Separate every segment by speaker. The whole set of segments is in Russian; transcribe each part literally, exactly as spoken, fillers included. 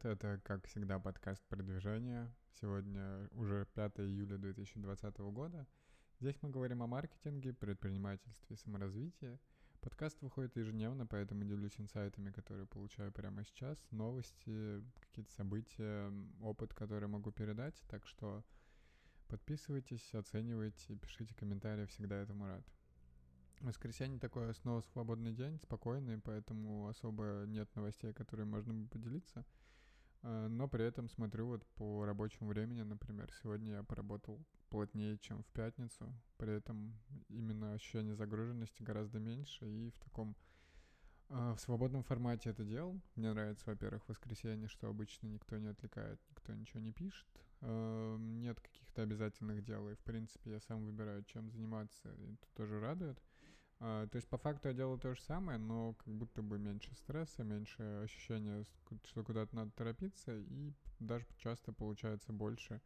Speaker 1: Это, как всегда, подкаст продвижения. Сегодня уже пятое июля две тысячи двадцатого года. Здесь мы говорим о маркетинге, предпринимательстве и саморазвитии. Подкаст выходит ежедневно, поэтому делюсь инсайтами, которые получаю прямо сейчас, новости, какие-то события, опыт, который могу передать. Так что подписывайтесь, оценивайте, пишите комментарии, всегда этому рад. Воскресенье такое снова свободный день, спокойный, поэтому особо нет новостей, которые можно бы поделиться. Э, Но при этом смотрю вот по рабочему времени, например, сегодня я поработал плотнее, чем в пятницу. При этом именно ощущение загруженности гораздо меньше. И в таком э, в свободном формате это делал. Мне нравится, во-первых, воскресенье, что обычно никто не отвлекает, никто ничего не пишет. Э, Нет каких-то обязательных дел. И, в принципе, я сам выбираю, чем заниматься. И это тоже радует. А, то есть по факту я делаю то же самое, но как будто бы меньше стресса, меньше ощущения, что куда-то надо торопиться, и даже часто получается больше.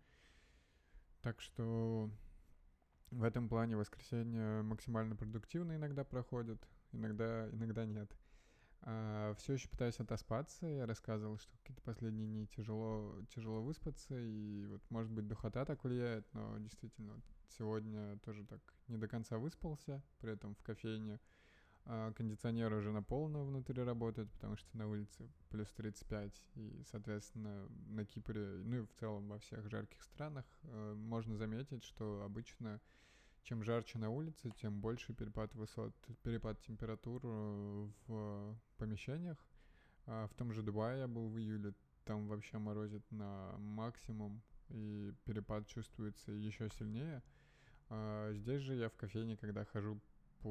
Speaker 1: Так что в этом плане воскресенье максимально продуктивно иногда проходит, иногда, иногда нет. А, все еще пытаюсь отоспаться. Я рассказывал, что какие-то последние дни тяжело, тяжело выспаться, и вот, может быть, духота так влияет, но действительно, вот сегодня тоже так не до конца выспался, при этом в кофейне а, кондиционер уже на полную внутри работает, потому что на улице плюс тридцать пять, и, соответственно, на Кипре, ну и в целом во всех жарких странах э, можно заметить, что обычно чем жарче на улице, тем больше перепад высот, перепад температур э, в помещениях. А в том же Дубае я был в июле, там вообще морозит на максимум, и перепад чувствуется еще сильнее. А здесь же я в кофейне, когда хожу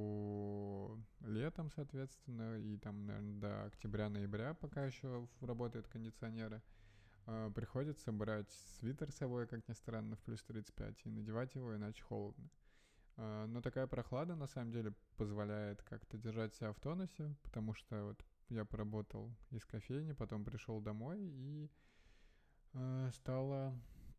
Speaker 1: по летом, соответственно, и там, наверное, до октября-ноября, пока еще работают кондиционеры, а, приходится брать свитер с собой, как ни странно, в плюс тридцать пять, и надевать его, иначе холодно. А, Но такая прохлада, на самом деле, позволяет как-то держать себя в тонусе, потому что вот я поработал из кофейни, потом пришел домой, и э, стало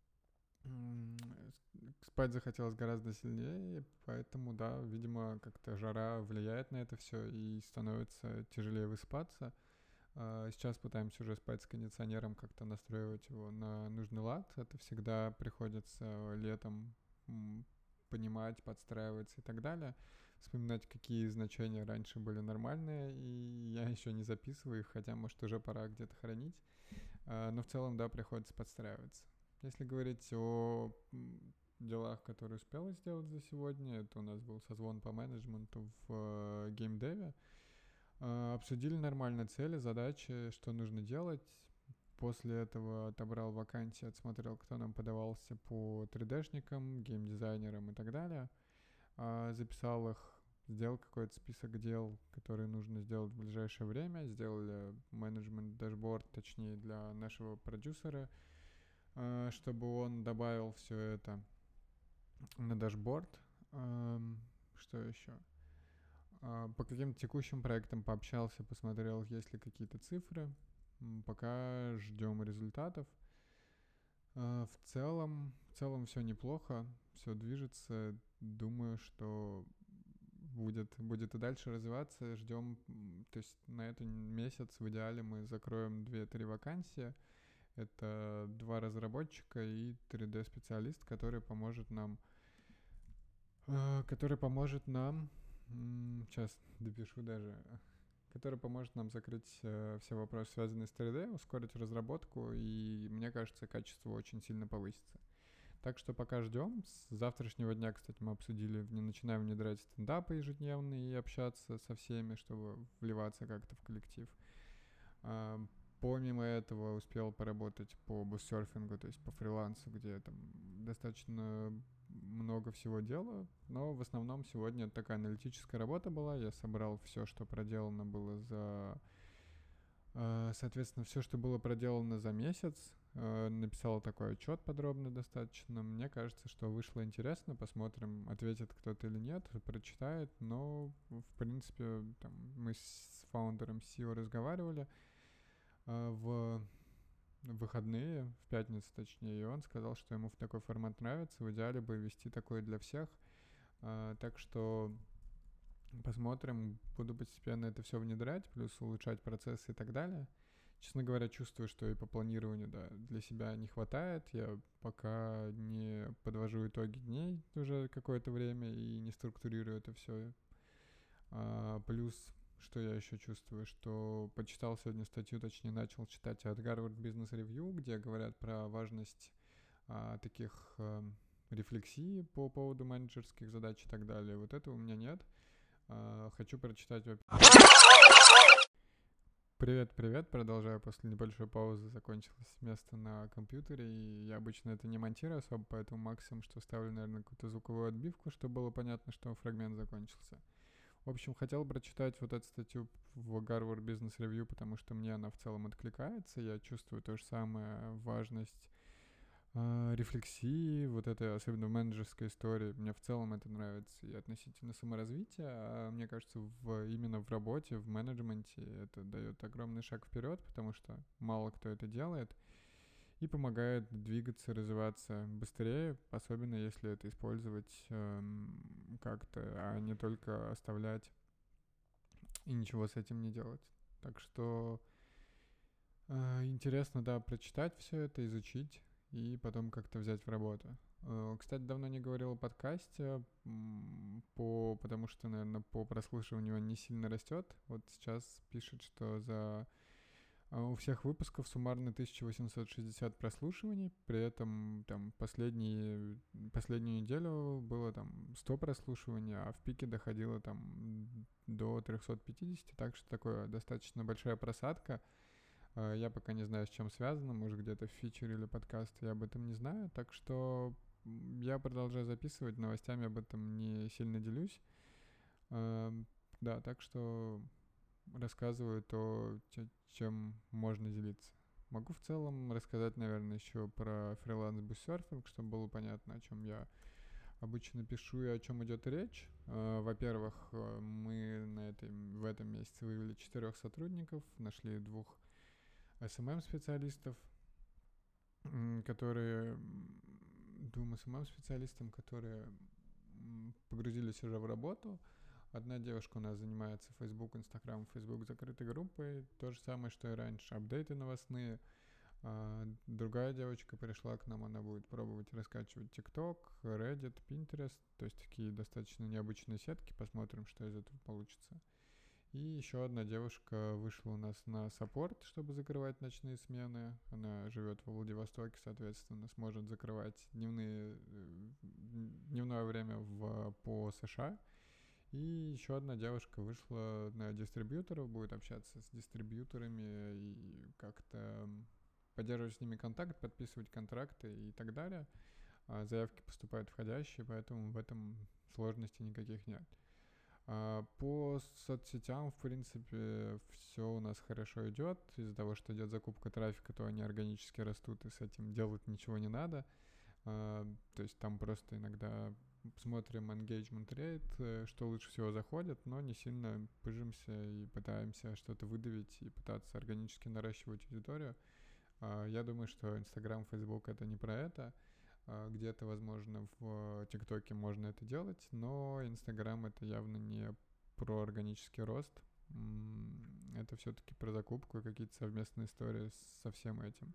Speaker 1: м, спать захотелось гораздо сильнее, поэтому, да, видимо, как-то жара влияет на это все и становится тяжелее высыпаться. А, Сейчас пытаемся уже спать с кондиционером, как-то настроивать его на нужный лад. Это всегда приходится летом м, понимать, подстраиваться и так далее. Вспоминать, какие значения раньше были нормальные, и я еще не записываю их, хотя, может, уже пора где-то хранить. А, Но в целом, да, приходится подстраиваться. Если говорить о м, делах, которые успела сделать за сегодня, это у нас был созвон по менеджменту в э, геймдеве. А, Обсудили нормально цели, задачи, что нужно делать. После этого отобрал вакансии, отсмотрел, кто нам подавался по три дэ-шникам, геймдизайнерам и так далее. А, Записал их, сделал какой-то список дел, которые нужно сделать в ближайшее время. Сделали менеджмент-дашборд, точнее, для нашего продюсера, а, чтобы он добавил все это на дашборд. Ам, Что еще? А, По каким-то текущим проектам пообщался, посмотрел, есть ли какие-то цифры. М, Пока ждем результатов. А, В целом, в целом все неплохо, все движется. Думаю, что будет, будет и дальше развиваться. Ждем, м, то есть на этот месяц в идеале мы закроем две-три вакансии. Это два разработчика и три дэ-специалист, который поможет нам, э, который поможет нам, сейчас допишу даже, который поможет нам закрыть э, все вопросы, связанные с три дэ, ускорить разработку, и мне кажется, качество очень сильно повысится. Так что пока ждем. С завтрашнего дня, кстати, мы обсудили, не начинаем внедрять стендапы ежедневные и общаться со всеми, чтобы вливаться как-то в коллектив. А, Помимо этого успел поработать по буссерфингу, то есть по фрилансу, где там достаточно много всего делаю, но в основном сегодня такая аналитическая работа была. Я собрал все, что проделано было за... э, Соответственно, все, что было проделано за месяц, э, написал такой отчет подробно достаточно. Мне кажется, что вышло интересно. Посмотрим, ответит кто-то или нет, прочитает. Но, в принципе, там, мы с фаундером си и о разговаривали э, в выходные, в пятницу точнее, и он сказал, что ему в такой формат нравится, в идеале бы вести такой для всех. А, так что посмотрим, буду постепенно это все внедрять, плюс улучшать процессы и так далее. Честно говоря, чувствую, что и по планированию, да, для себя не хватает. Я пока не подвожу итоги дней уже какое-то время и не структурирую это все. А, плюс, что я еще чувствую, что почитал сегодня статью, точнее начал читать от Harvard Business Review, где говорят про важность а, таких а, рефлексий по поводу менеджерских задач и так далее. Вот этого у меня нет. А, хочу прочитать. Привет, привет, продолжаю после небольшой паузы, закончилось место на компьютере, и я обычно это не монтирую особо, поэтому максимум, что ставлю, наверное, какую-то звуковую отбивку, чтобы было понятно, что фрагмент закончился. В общем, хотел прочитать вот эту статью в Harvard Business Review, потому что мне она в целом откликается, я чувствую то же самое, важность э, рефлексии, вот это, особенно в менеджерской истории, мне в целом это нравится и относительно саморазвития, а мне кажется, в, именно в работе, в менеджменте это дает огромный шаг вперед, потому что мало кто это делает, и помогает двигаться, развиваться быстрее, особенно если это использовать эм, как-то, а не только оставлять и ничего с этим не делать. Так что э, интересно, да, прочитать все это, изучить и потом как-то взять в работу. Э, кстати, давно не говорил о подкасте, по, потому что, наверное, по прослушиванию он не сильно растет. Вот сейчас пишет, что за у всех выпусков суммарно тысяча восемьсот шестьдесят прослушиваний, при этом там последние, последнюю неделю было там сто прослушиваний, а в пике доходило там до триста пятьдесят, так что такое достаточно большая просадка. Я пока не знаю, с чем связано, может где-то в фичере или подкаст, я об этом не знаю, так что я продолжаю записывать, новостями об этом не сильно делюсь. Да, так что рассказываю то, чем можно делиться. Могу в целом рассказать, наверное, еще про фриланс-буссерфинг, чтобы было понятно, о чем я обычно пишу и о чем идет речь. Во-первых, мы на этой, в этом месяце вывели четырех сотрудников, нашли двух эс эм эм-специалистов, которые двум эс эм эм-специалистам, которые погрузились уже в работу. Одна девушка у нас занимается Facebook, Instagram, Facebook закрытой группой. То же самое, что и раньше. Апдейты новостные. А другая девочка пришла к нам, она будет пробовать раскачивать TikTok, Reddit, Pinterest. То есть такие достаточно необычные сетки. Посмотрим, что из этого получится. И еще одна девушка вышла у нас на саппорт, чтобы закрывать ночные смены. Она живет во Владивостоке, соответственно, сможет закрывать дневные, дневное время в, по США. И еще одна девушка вышла на дистрибьюторов, будет общаться с дистрибьюторами и как-то поддерживать с ними контакт, подписывать контракты и так далее. А заявки поступают входящие, поэтому в этом сложностей никаких нет. А по соцсетям, в принципе, все у нас хорошо идет. Из-за того, что идет закупка трафика, то они органически растут, и с этим делать ничего не надо. А, то есть там просто иногда смотрим engagement rate, что лучше всего заходит, но не сильно пыжимся и пытаемся что-то выдавить и пытаться органически наращивать аудиторию. Я думаю, что Instagram, Facebook — это не про это. Где-то, возможно, в ТикТоке можно это делать, но Instagram — это явно не про органический рост. Это все-таки про закупку и какие-то совместные истории со всем этим.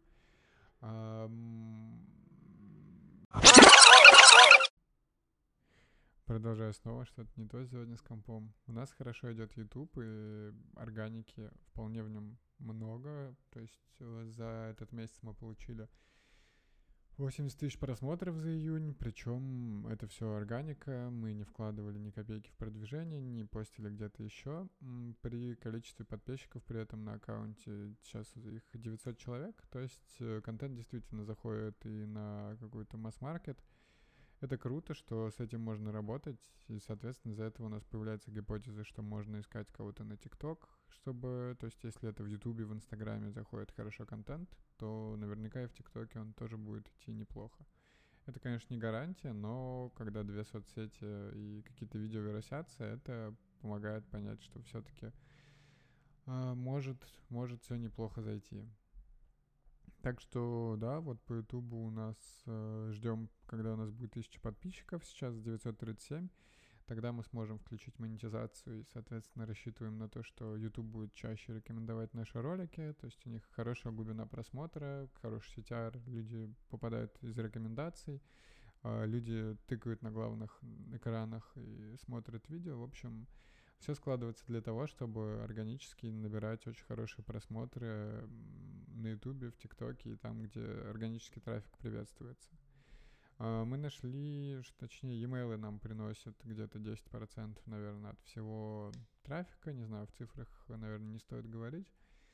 Speaker 1: Продолжаю снова, что-то не то сегодня с компом. У нас хорошо идет YouTube, и органики вполне в нем много. То есть за этот месяц мы получили восемьдесят тысяч просмотров за июнь, причем это все органика, мы не вкладывали ни копейки в продвижение, не постили где-то еще. При количестве подписчиков при этом на аккаунте сейчас их девятьсот человек, то есть контент действительно заходит и на какой-то масс-маркет. Это круто, что с этим можно работать, и, соответственно, из-за этого у нас появляется гипотеза, что можно искать кого-то на TikTok, чтобы, то есть, если это в YouTube, в Инстаграме заходит хорошо контент, то наверняка и в ТикТоке он тоже будет идти неплохо. Это, конечно, не гарантия, но когда две соцсети и какие-то видео вирусятся, это помогает понять, что все-таки э, может, может все неплохо зайти. Так что, да, вот по Ютубу у нас э, ждем, когда у нас будет тысяча подписчиков, сейчас девятьсот тридцать семь. Тогда мы сможем включить монетизацию и, соответственно, рассчитываем на то, что YouTube будет чаще рекомендовать наши ролики, то есть у них хорошая глубина просмотра, хороший си ти ар, люди попадают из рекомендаций, люди тыкают на главных экранах и смотрят видео. В общем, все складывается для того, чтобы органически набирать очень хорошие просмотры на Ютубе, в ТикТоке и там, где органический трафик приветствуется. Мы нашли, что, точнее, e-mail нам приносят где-то десять процентов, наверное, от всего трафика. Не знаю, в цифрах, наверное, не стоит говорить.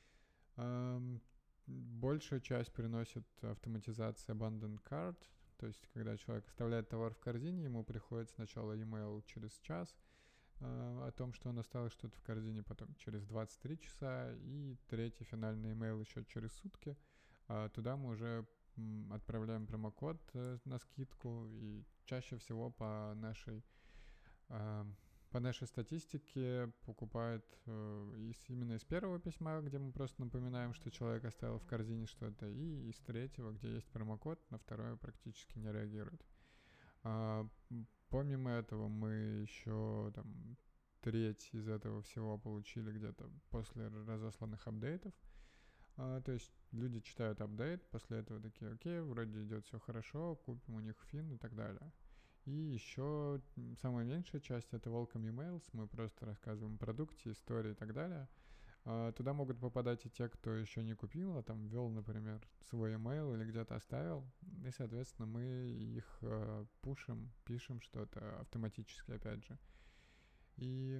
Speaker 1: Большая часть приносит автоматизация abandoned cart. То есть, когда человек оставляет товар в корзине, ему приходит сначала e-mail через час э, о том, что он оставил что-то в корзине, потом через двадцать три часа, и третий финальный e-mail еще через сутки. Э, туда мы уже м, отправляем промокод э, на скидку, и чаще всего по нашей, э, по нашей статистике покупает э, из, именно из первого письма, где мы просто напоминаем, что человек оставил в корзине что-то, и из третьего, где есть промокод, на второе практически не реагирует. А, помимо этого мы еще там треть из этого всего получили где-то после разосланных апдейтов. А, то есть люди читают апдейт, после этого такие: окей, вроде идет все хорошо, купим у них фин и так далее. И еще самая меньшая часть — это welcome emails. Мы просто рассказываем о продукте, истории и так далее. А, туда могут попадать и те, кто еще не купил, а там ввел, например, свой email или где-то оставил. И, соответственно, мы их э, пушим, пишем что-то автоматически, опять же. И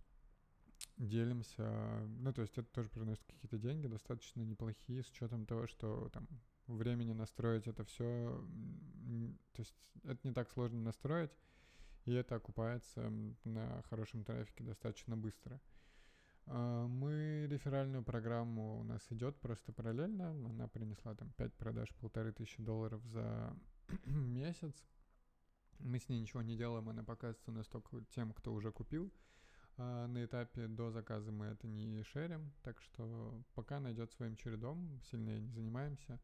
Speaker 1: делимся. Ну, то есть это тоже приносит какие-то деньги, достаточно неплохие, с учетом того, что там времени настроить это все. То есть это не так сложно настроить, и это окупается на хорошем трафике достаточно быстро. Мы реферальную программу у нас идет просто параллельно. Она принесла там пять продаж, полторы тысячи долларов за месяц. Мы с ней ничего не делаем, она показывается у нас только тем, кто уже купил. На этапе до заказа мы это не шерим, так что пока она идет своим чередом, сильнее не занимаемся.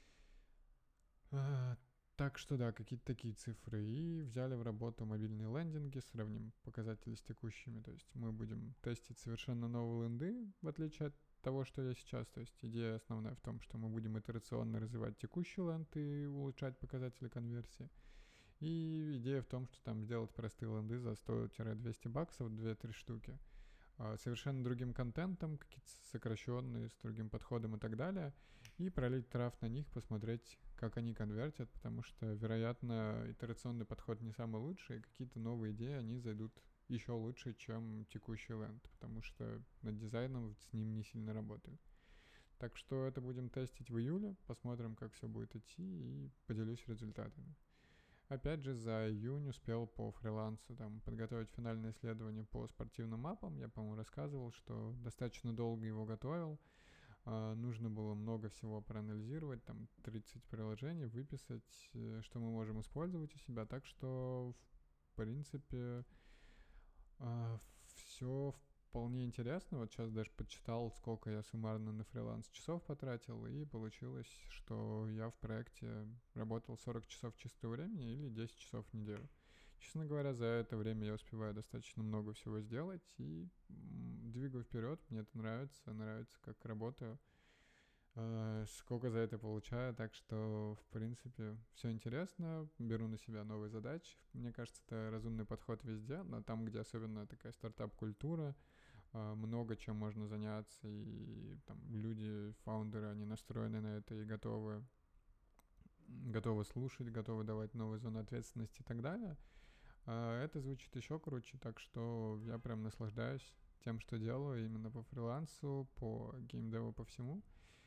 Speaker 1: Так что да, какие-то такие цифры. И взяли в работу мобильные лендинги, сравним показатели с текущими. То есть мы будем тестить совершенно новые ленды, в отличие от того, что я сейчас. То есть идея основная в том, что мы будем итерационно развивать текущий ленд и улучшать показатели конверсии. И идея в том, что там сделать простые ленды за сто-двести баксов, две-три штуки. Совершенно другим контентом, какие-то сокращенные, с другим подходом и так далее. И пролить траф на них, посмотреть, как они конвертят, потому что, вероятно, итерационный подход не самый лучший, и какие-то новые идеи, они зайдут еще лучше, чем текущий ленд, потому что над дизайном с ним не сильно работают. Так что это будем тестить в июле, посмотрим, как все будет идти, и поделюсь результатами. Опять же, за июнь успел по фрилансу там подготовить финальное исследование по спортивным мапам. Я, по-моему, рассказывал, что достаточно долго его готовил. Uh, нужно было много всего проанализировать, там тридцать приложений, выписать, что мы можем использовать у себя. Так что, в принципе, uh, все вполне интересно. Вот сейчас даже подсчитал, сколько я суммарно на фриланс часов потратил, и получилось, что я в проекте работал сорок часов чистого времени или десять часов в неделю. Честно говоря, за это время я успеваю достаточно много всего сделать и двигаю вперед. Мне это нравится, нравится, как работаю, э, сколько за это получаю. Так что, в принципе, все интересно. Беру на себя новые задачи. Мне кажется, это разумный подход везде, но там, где особенно такая стартап-культура, э, много чем можно заняться, и там люди, фаундеры, они настроены на это и готовы, готовы слушать, готовы давать новые зоны ответственности и так далее. Это звучит еще круче, так что я прям наслаждаюсь тем, что делаю именно по фрилансу, по геймдеву, по всему.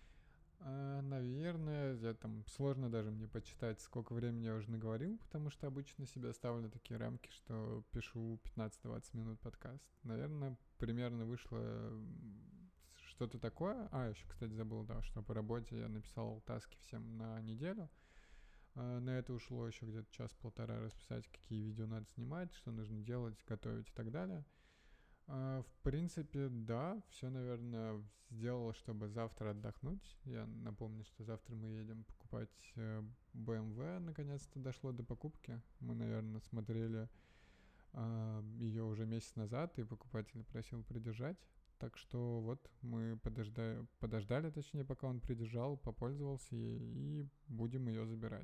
Speaker 1: Наверное, я там сложно даже мне почитать, сколько времени я уже наговорил, потому что обычно себе ставлю такие рамки, что пишу пятнадцать-двадцать минут подкаст. Наверное, примерно вышло что-то такое. А, еще, кстати, забыл, да, что по работе я написал таски всем на неделю. На это ушло еще где-то час-полтора расписать, какие видео надо снимать, что нужно делать, готовить и так далее. В принципе, да, все, наверное, сделал, чтобы завтра отдохнуть. Я напомню, что завтра мы едем покупать бэ эм вэ. Наконец-то дошло до покупки. Мы, наверное, смотрели ее уже месяц назад, и покупатель просил придержать. Так что вот мы подождали, подождали, точнее, пока он придержал, попользовался ей, и будем ее забирать.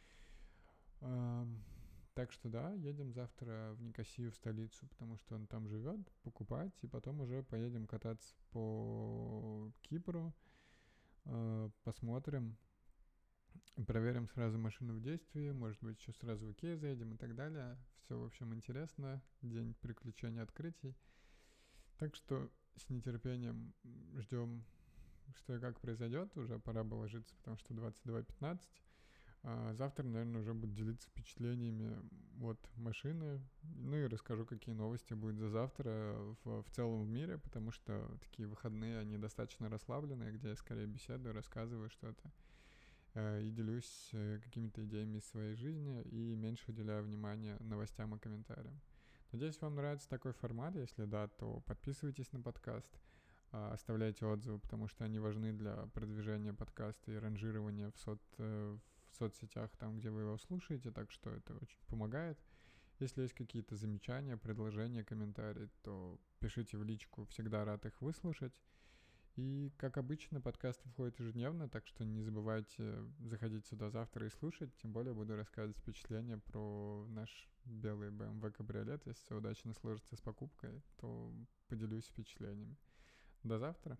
Speaker 1: Так что да, едем завтра в Никосию, в столицу, потому что он там живет, покупать, и потом уже поедем кататься по Кипру, посмотрим, проверим сразу машину в действии, может быть, еще сразу в Икею заедем и так далее. Все, в общем, интересно, день приключений, открытий. Так что с нетерпением ждем, что и как произойдет, уже пора бы ложиться, потому что двадцать два пятнадцать. Завтра, наверное, уже буду делиться впечатлениями от машины. Ну и расскажу, какие новости будут за завтра в, в целом в мире, потому что такие выходные, они достаточно расслабленные, где я скорее беседую, рассказываю что-то э, и делюсь какими-то идеями из своей жизни и меньше уделяю внимания новостям и комментариям. Надеюсь, вам нравится такой формат. Если да, то подписывайтесь на подкаст, оставляйте отзывы, потому что они важны для продвижения подкаста и ранжирования в, сот, в соцсетях, там, где вы его слушаете, так что это очень помогает. Если есть какие-то замечания, предложения, комментарии, то пишите в личку, всегда рад их выслушать. И, как обычно, подкаст выходит ежедневно, так что не забывайте заходить сюда завтра и слушать, тем более буду рассказывать впечатления про наш белый бэ эм вэ кабриолет. Если все удачно сложится с покупкой, то поделюсь впечатлениями. До завтра!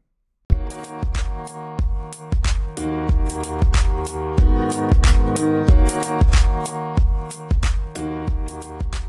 Speaker 1: Thank you.